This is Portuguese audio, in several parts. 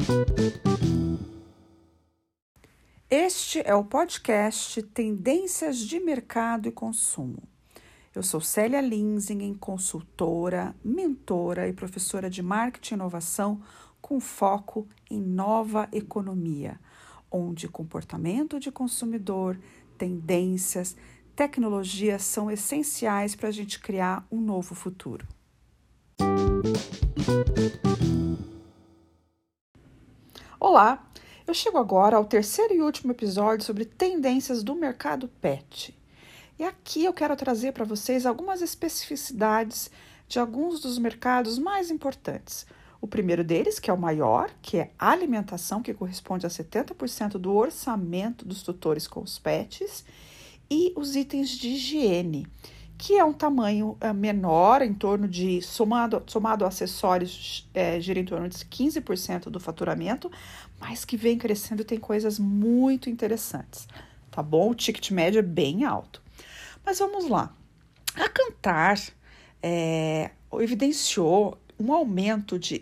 Este é o podcast Tendências de Mercado e Consumo. Eu sou Célia Linsingen, consultora, mentora e professora de marketing e inovação com foco em nova economia, onde comportamento de consumidor, tendências, tecnologias são essenciais para a gente criar um novo futuro. Olá! Eu chego agora ao terceiro e último episódio sobre tendências do mercado pet. E aqui eu quero trazer para vocês algumas especificidades de alguns dos mercados mais importantes. O primeiro deles, que é o maior, que é a alimentação, que corresponde a 70% do orçamento dos tutores com os pets, e os itens de higiene, que é um tamanho menor, em torno de, somado a acessórios, gira em torno de 15% do faturamento, mas que vem crescendo e tem coisas muito interessantes, tá bom? O ticket médio é bem alto. Mas vamos lá. A Kantar evidenciou um aumento de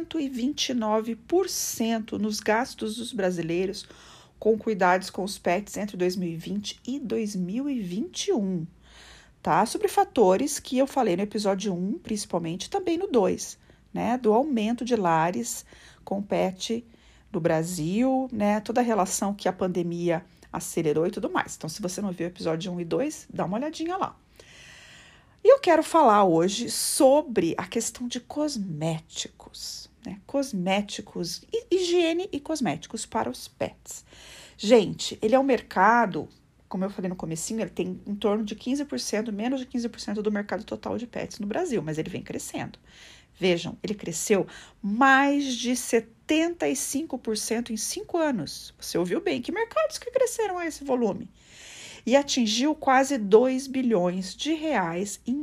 129% nos gastos dos brasileiros com cuidados com os pets entre 2020 e 2021. Tá? Sobre fatores que eu falei no episódio 1, principalmente, também no 2, né? Do aumento de lares com pet no Brasil, né? Toda a relação que a pandemia acelerou e tudo mais. Então, se você não viu o episódio 1 e 2, dá uma olhadinha lá. E eu quero falar hoje sobre a questão de cosméticos, né? Cosméticos, higiene e cosméticos para os pets. Gente, ele é um mercado, como eu falei no comecinho, ele tem em torno de 15%, menos de 15% do mercado total de pets no Brasil, mas ele vem crescendo. Vejam, ele cresceu mais de 75% em 5 anos. Você ouviu bem, que mercados que cresceram a esse volume? E atingiu quase 2 bilhões de reais em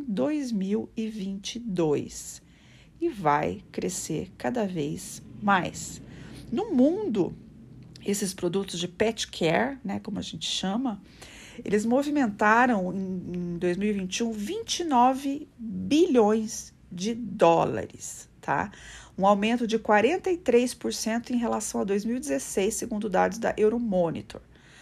2022. E vai crescer cada vez mais. No mundo, esses produtos de pet care, né, como a gente chama, eles movimentaram em 2021 29 bilhões de dólares, tá? Um aumento de 43% em relação a 2016, segundo dados da Euromonitor.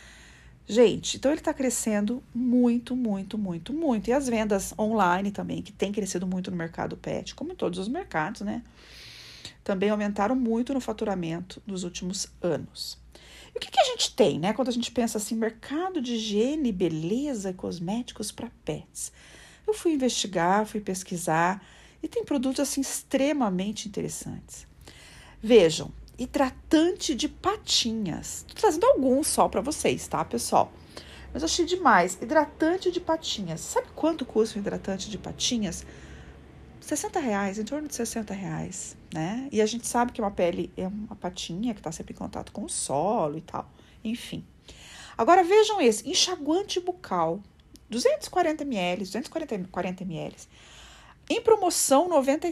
Gente, então ele está crescendo muito, muito, muito, muito. E as vendas online também, que tem crescido muito no mercado pet, como em todos os mercados, né? Também aumentaram muito no faturamento nos últimos anos. E o que a gente tem, né? Quando a gente pensa assim, mercado de higiene, beleza e cosméticos para pets. Eu fui investigar, fui pesquisar e tem produtos assim extremamente interessantes. Vejam, hidratante de patinhas. Estou trazendo alguns só para vocês, tá, pessoal? Mas eu achei demais. Hidratante de patinhas. Sabe quanto custa um hidratante de patinhas? R$60, em torno de R$60, né? E a gente sabe que uma pele é uma patinha que está sempre em contato com o solo e tal. Enfim. Agora vejam esse, enxaguante bucal, 240 ml, 240 ml. Em promoção,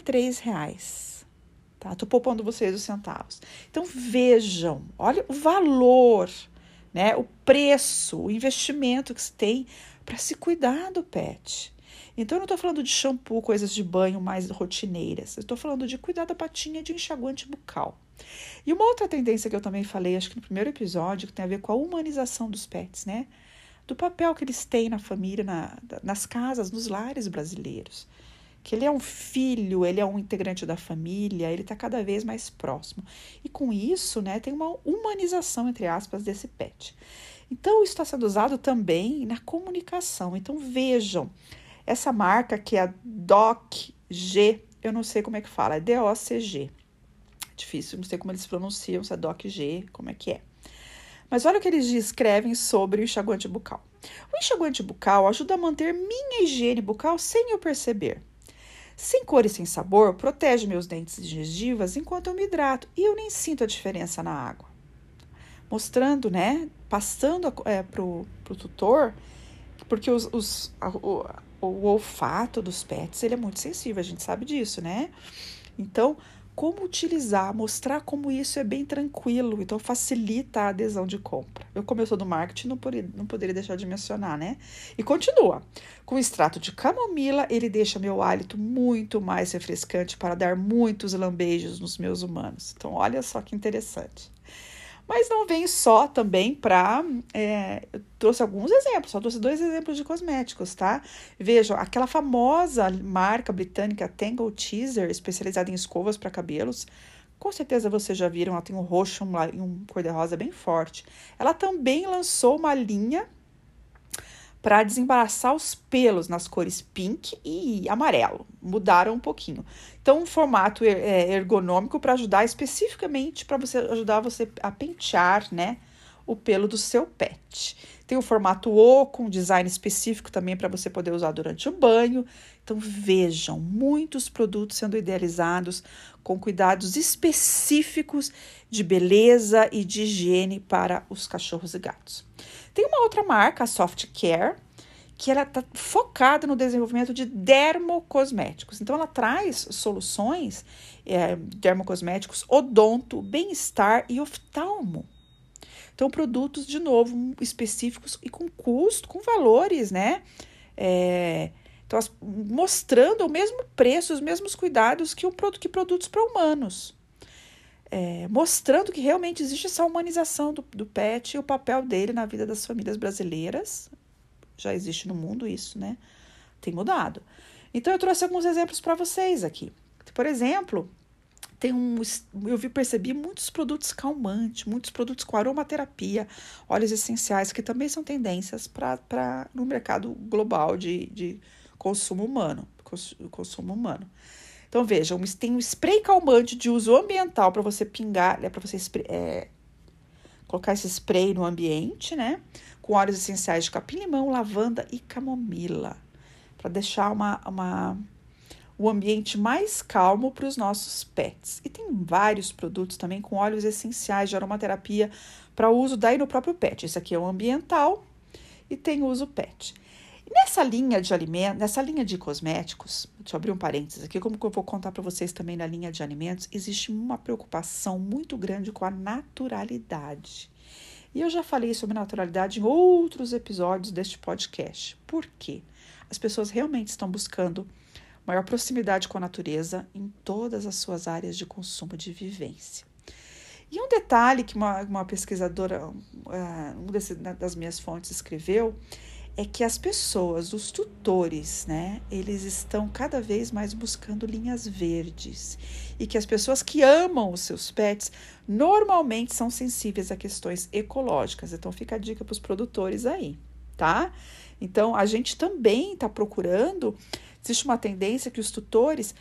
R$93. Tá? Tô poupando vocês os centavos. Então vejam, olha o valor, né? O preço, o investimento que se tem para se cuidar do pet. Então, eu não estou falando de shampoo, coisas de banho mais rotineiras. Eu estou falando de cuidar da patinha de enxaguante bucal. E uma outra tendência que eu também falei, acho que no primeiro episódio, que tem a ver com a humanização dos pets, né? Do papel que eles têm na família, nas casas, nos lares brasileiros. Que ele é um filho, ele é um integrante da família, ele está cada vez mais próximo. E com isso, né, tem uma humanização, entre aspas, desse pet. Então, isso está sendo usado também na comunicação. Então, vejam, essa marca que é a DOCG, eu não sei como é que fala, é DOCG. Difícil, não sei como eles pronunciam, se é DOCG, como é que é. Mas olha o que eles escrevem sobre o enxaguante bucal. O enxaguante bucal ajuda a manter minha higiene bucal sem eu perceber. Sem cor e sem sabor, protege meus dentes e gengivas enquanto eu me hidrato e eu nem sinto a diferença na água. Mostrando, né, passando pro tutor, porque o olfato dos pets, ele é muito sensível, a gente sabe disso, né? Então, como utilizar, mostrar como isso é bem tranquilo, então facilita a adesão de compra. Eu, como eu sou do marketing, não poderia deixar de mencionar, né? E continua. Com extrato de camomila, ele deixa meu hálito muito mais refrescante para dar muitos lambejos nos meus humanos. Então, olha só que interessante. Mas não vem só também para... eu trouxe alguns exemplos, só trouxe 2 exemplos de cosméticos, tá? Vejam, aquela famosa marca britânica Tangle Teezer, especializada em escovas para cabelos, com certeza vocês já viram, ela tem um roxo e um cor-de-rosa bem forte. Ela também lançou uma linha para desembaraçar os pelos nas cores pink e amarelo. Mudaram um pouquinho. Então, um formato ergonômico para ajudar especificamente para ajudar você a pentear, né, o pelo do seu pet. Tem o formato O com design específico também para você poder usar durante o banho. Então, vejam, muitos produtos sendo idealizados com cuidados específicos de beleza e de higiene para os cachorros e gatos. Tem uma outra marca, a Soft Care, que ela está focada no desenvolvimento de dermocosméticos. Então, ela traz soluções dermocosméticos, odonto, bem-estar e oftalmo. Então, produtos, de novo, específicos e com custo, com valores, né? Então, mostrando o mesmo preço, os mesmos cuidados que produtos para humanos. Mostrando que realmente existe essa humanização do pet e o papel dele na vida das famílias brasileiras. Já existe no mundo isso, né? Tem mudado. Então, eu trouxe alguns exemplos para vocês aqui. Por exemplo, percebi muitos produtos calmantes, muitos produtos com aromaterapia, óleos essenciais, que também são tendências no mercado global de consumo humano. Então, vejam, tem um spray calmante de uso ambiental para você pingar, para você colocar esse spray no ambiente, né? Com óleos essenciais de capim-limão, lavanda e camomila, para deixar o ambiente mais calmo para os nossos pets. E tem vários produtos também com óleos essenciais de aromaterapia para uso daí no próprio pet. Esse aqui é o ambiental e tem uso pet. Nessa linha de alimentos, nessa linha de cosméticos, deixa eu abrir um parênteses aqui, como que eu vou contar para vocês também na linha de alimentos, existe uma preocupação muito grande com a naturalidade. E eu já falei sobre naturalidade em outros episódios deste podcast. Por quê? As pessoas realmente estão buscando maior proximidade com a natureza em todas as suas áreas de consumo de vivência. E um detalhe que uma pesquisadora, das minhas fontes, escreveu, é que as pessoas, os tutores, né, eles estão cada vez mais buscando linhas verdes. E que as pessoas que amam os seus pets normalmente são sensíveis a questões ecológicas. Então, fica a dica para os produtores aí, tá? Então, a gente também está procurando, existe uma tendência que os tutores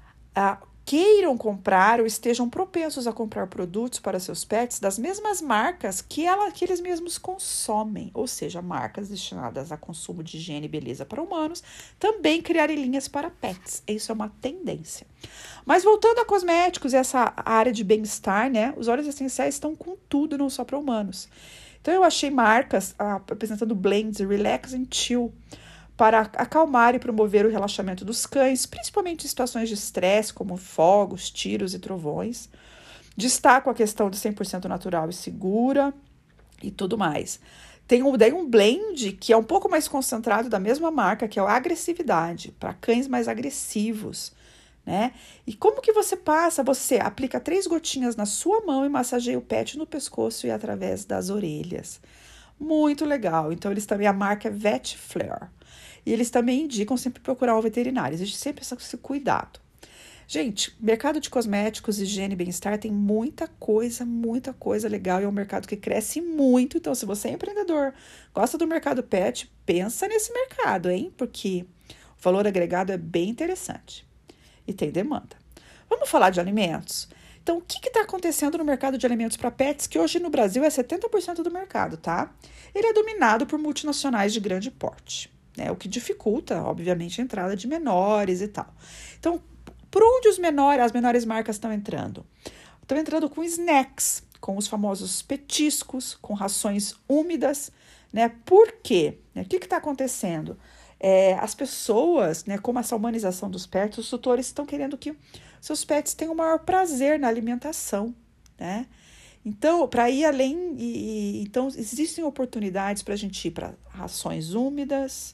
queiram comprar ou estejam propensos a comprar produtos para seus pets das mesmas marcas que eles mesmos consomem, ou seja, marcas destinadas a consumo de higiene e beleza para humanos, também criarem linhas para pets. Isso é uma tendência. Mas voltando a cosméticos e essa área de bem-estar, né? Os óleos essenciais estão com tudo, não só para humanos. Então, eu achei marcas apresentando blends Relax and Chill para acalmar e promover o relaxamento dos cães, principalmente em situações de estresse, como fogos, tiros e trovões. Destaco a questão de 100% natural e segura e tudo mais. Tem daí um blend que é um pouco mais concentrado da mesma marca, que é a agressividade, para cães mais agressivos, né? E como que você passa? Você aplica 3 gotinhas na sua mão e massageia o pet no pescoço e através das orelhas. Muito legal. Então, a marca é Vet Flair. E eles também indicam sempre procurar um veterinário. Existe sempre esse cuidado. Gente, mercado de cosméticos, higiene e bem-estar tem muita coisa legal. E é um mercado que cresce muito. Então, se você é empreendedor, gosta do mercado pet, pensa nesse mercado, hein? Porque o valor agregado é bem interessante. E tem demanda. Vamos falar de alimentos? Então, o que está acontecendo no mercado de alimentos para pets, que hoje no Brasil é 70% do mercado, tá? Ele é dominado por multinacionais de grande porte, né? O que dificulta, obviamente, a entrada de menores e tal. Então, por onde as menores marcas estão entrando? Estão entrando com snacks, com os famosos petiscos, com rações úmidas, né? Por quê? O que está acontecendo? As pessoas, né, como essa humanização dos pets, os tutores estão querendo que seus pets têm o maior prazer na alimentação, né? Então, para ir além, então existem oportunidades para a gente ir para rações úmidas,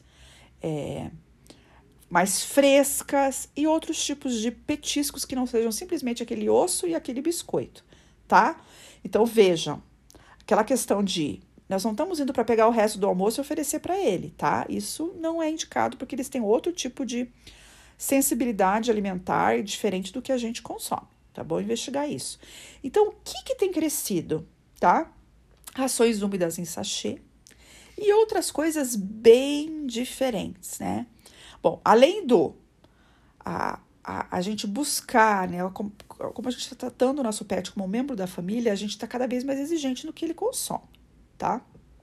mais frescas e outros tipos de petiscos que não sejam simplesmente aquele osso e aquele biscoito, tá? Então, vejam, aquela questão de nós não estamos indo para pegar o resto do almoço e oferecer para ele, tá? Isso não é indicado porque eles têm outro tipo de sensibilidade alimentar diferente do que a gente consome, tá bom? Investigar isso. Então, o que tem crescido, tá? Rações úmidas em sachê e outras coisas bem diferentes, né? Bom, além do a gente buscar, né? Como a gente está tratando o nosso pet como um membro da família, a gente está cada vez mais exigente no que ele consome, tá?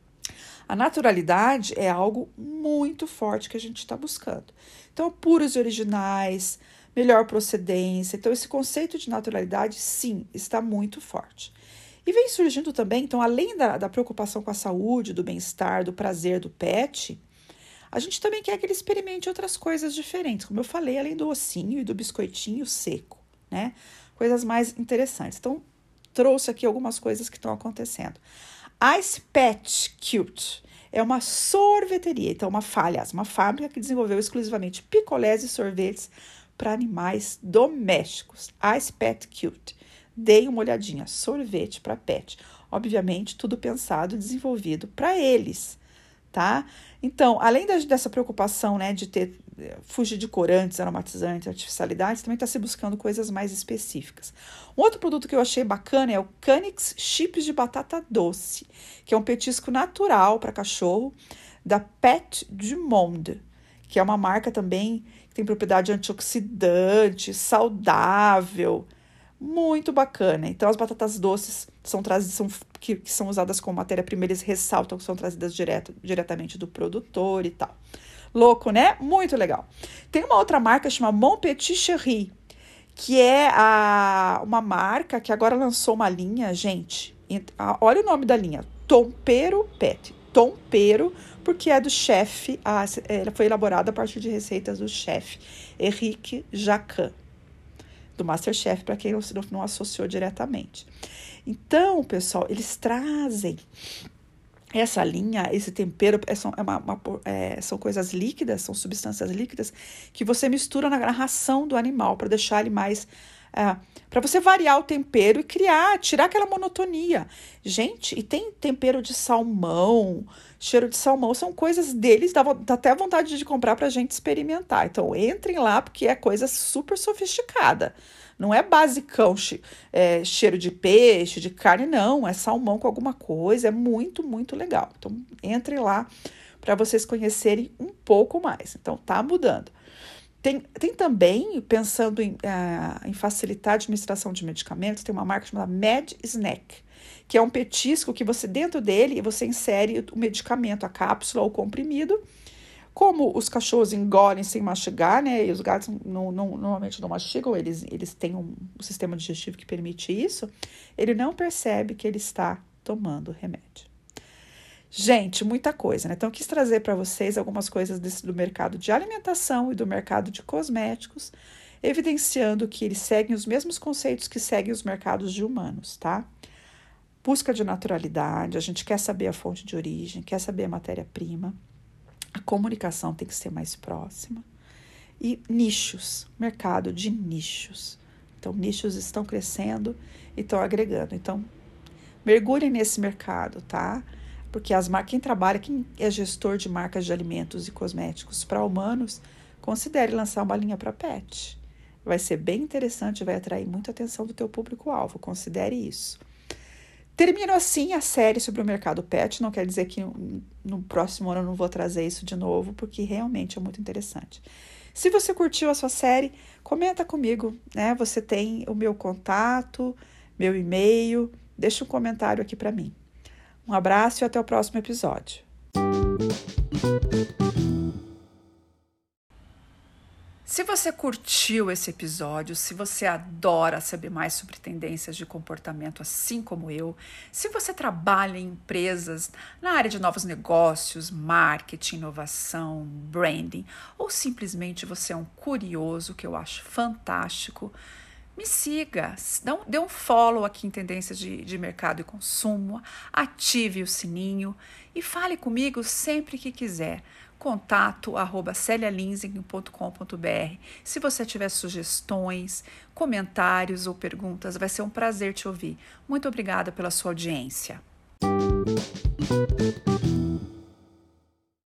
A naturalidade é algo muito forte que a gente está buscando. Então, puros e originais, melhor procedência. Então, esse conceito de naturalidade, sim, está muito forte. E vem surgindo também, então, além da preocupação com a saúde, do bem-estar, do prazer do pet, a gente também quer que ele experimente outras coisas diferentes, como eu falei, além do ossinho e do biscoitinho seco, né? Coisas mais interessantes. Então, trouxe aqui algumas coisas que estão acontecendo. Ice Pet Cute é uma sorveteria, então uma fábrica que desenvolveu exclusivamente picolés e sorvetes para animais domésticos. Ice Pet Cute. Dei uma olhadinha, sorvete para pet. Obviamente, tudo pensado e desenvolvido para eles, tá? Então, além dessa preocupação, né, de fugir de corantes, aromatizantes, artificialidades, também está se buscando coisas mais específicas. Um outro produto que eu achei bacana é o Canix Chips de batata doce, que é um petisco natural para cachorro da Pet du Monde, que é uma marca também que tem propriedade antioxidante, saudável, muito bacana. Então, as batatas doces que são usadas como matéria-prima, eles ressaltam que são trazidas diretamente do produtor e tal. Louco, né? Muito legal. Tem uma outra marca chamada Mon Petit Chéri, que é uma marca que agora lançou uma linha, gente. Olha o nome da linha, Tompero Pet. Tompero, porque é do chefe, ela foi elaborada a partir de receitas do chefe Henrique Jacquin, do MasterChef, para quem não associou diretamente. Então, pessoal, eles trazem essa linha, esse tempero, são coisas líquidas, são substâncias líquidas que você mistura na ração do animal para deixar ele mais... para você variar o tempero e tirar aquela monotonia. Gente, e tem tempero de salmão, cheiro de salmão, são coisas deles, dá até vontade de comprar para a gente experimentar. Então, entrem lá, porque é coisa super sofisticada. Não é basicão, cheiro de peixe, de carne, não. É salmão com alguma coisa, é muito, muito legal. Então, entrem lá para vocês conhecerem um pouco mais. Então, tá mudando. Tem também, pensando em facilitar a administração de medicamentos, tem uma marca chamada Med Snack, que é um petisco que você, dentro dele, você insere o medicamento, a cápsula ou o comprimido. Como os cachorros engolem sem mastigar, né? E os gatos normalmente não mastigam, eles têm um sistema digestivo que permite isso, ele não percebe que ele está tomando remédio. Gente, muita coisa, né? Então, eu quis trazer para vocês algumas coisas do mercado de alimentação e do mercado de cosméticos, evidenciando que eles seguem os mesmos conceitos que seguem os mercados de humanos, tá? Busca de naturalidade, a gente quer saber a fonte de origem, quer saber a matéria-prima, a comunicação tem que ser mais próxima. E nichos, mercado de nichos. Então, nichos estão crescendo e estão agregando. Então, mergulhem nesse mercado, tá? Porque quem é gestor de marcas de alimentos e cosméticos para humanos, considere lançar uma linha para pet. Vai ser bem interessante, vai atrair muita atenção do teu público-alvo, considere isso. Termino assim a série sobre o mercado pet, não quer dizer que no próximo ano eu não vou trazer isso de novo, porque realmente é muito interessante. Se você curtiu a sua série, comenta comigo, né? Você tem o meu contato, meu e-mail, deixa um comentário aqui para mim. Um abraço e até o próximo episódio. Se você curtiu esse episódio, se você adora saber mais sobre tendências de comportamento assim como eu, se você trabalha em empresas na área de novos negócios, marketing, inovação, branding, ou simplesmente você é um curioso, que eu acho fantástico, me siga, dê um follow aqui em Tendências de Mercado e Consumo, ative o sininho e fale comigo sempre que quiser. contato@celialinsing.com.br. Se você tiver sugestões, comentários ou perguntas, vai ser um prazer te ouvir. Muito obrigada pela sua audiência.